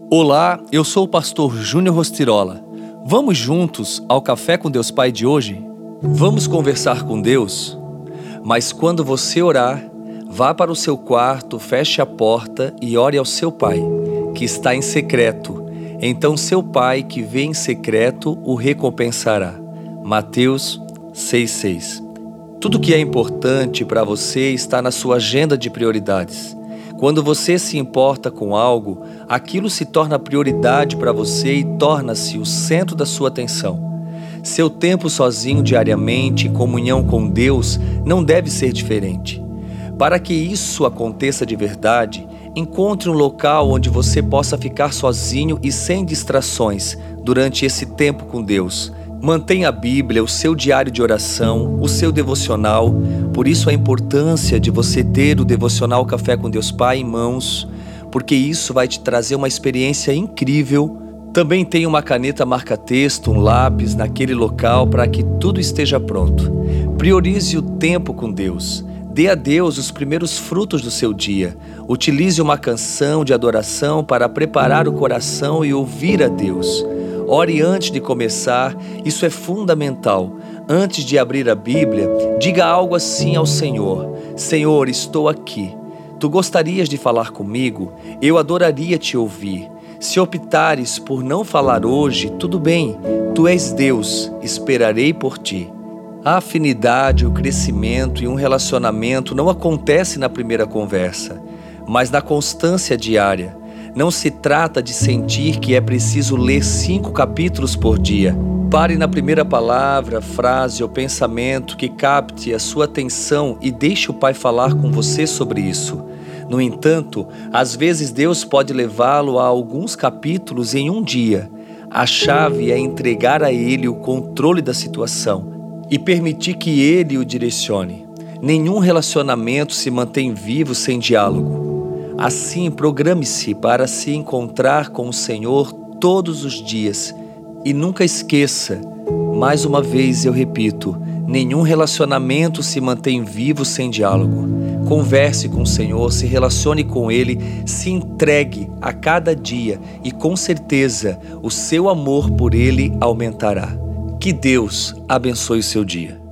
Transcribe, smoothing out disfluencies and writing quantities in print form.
Olá, eu sou o pastor Júnior Rostirola. Vamos juntos ao Café com Deus Pai de hoje? Vamos conversar com Deus? Mas quando você orar, vá para o seu quarto, feche a porta e ore ao seu Pai, que está em secreto. Então seu Pai, que vê em secreto, o recompensará. Mateus 6,6. Tudo que é importante para você está na sua agenda de prioridades. Quando você se importa com algo, aquilo se torna prioridade para você e torna-se o centro da sua atenção. Seu tempo sozinho diariamente, em comunhão com Deus, não deve ser diferente. Para que isso aconteça de verdade, encontre um local onde você possa ficar sozinho e sem distrações durante esse tempo com Deus. Mantenha a Bíblia, o seu diário de oração, o seu devocional. Por isso a importância de você ter o devocional Café com Deus Pai em mãos, porque isso vai te trazer uma experiência incrível. Também tenha uma caneta marca-texto, um lápis naquele local para que tudo esteja pronto. Priorize o tempo com Deus. Dê a Deus os primeiros frutos do seu dia. Utilize uma canção de adoração para preparar o coração e ouvir a Deus. Ore antes de começar, isso é fundamental. Antes de abrir a Bíblia, diga algo assim ao Senhor: Senhor, estou aqui. Tu gostarias de falar comigo? Eu adoraria te ouvir. Se optares por não falar hoje, tudo bem. Tu és Deus, esperarei por ti. A afinidade, o crescimento e um relacionamento não acontece na primeira conversa, mas na constância diária. Não se trata de sentir que é preciso ler 5 capítulos por dia. Pare na primeira palavra, frase ou pensamento que capte a sua atenção e deixe o Pai falar com você sobre isso. No entanto, às vezes Deus pode levá-lo a alguns capítulos em um dia. A chave é entregar a Ele o controle da situação e permitir que Ele o direcione. Nenhum relacionamento se mantém vivo sem diálogo. Assim, programe-se para se encontrar com o Senhor todos os dias. E nunca esqueça, mais uma vez eu repito, nenhum relacionamento se mantém vivo sem diálogo. Converse com o Senhor, se relacione com Ele, se entregue a cada dia e com certeza o seu amor por Ele aumentará. Que Deus abençoe o seu dia.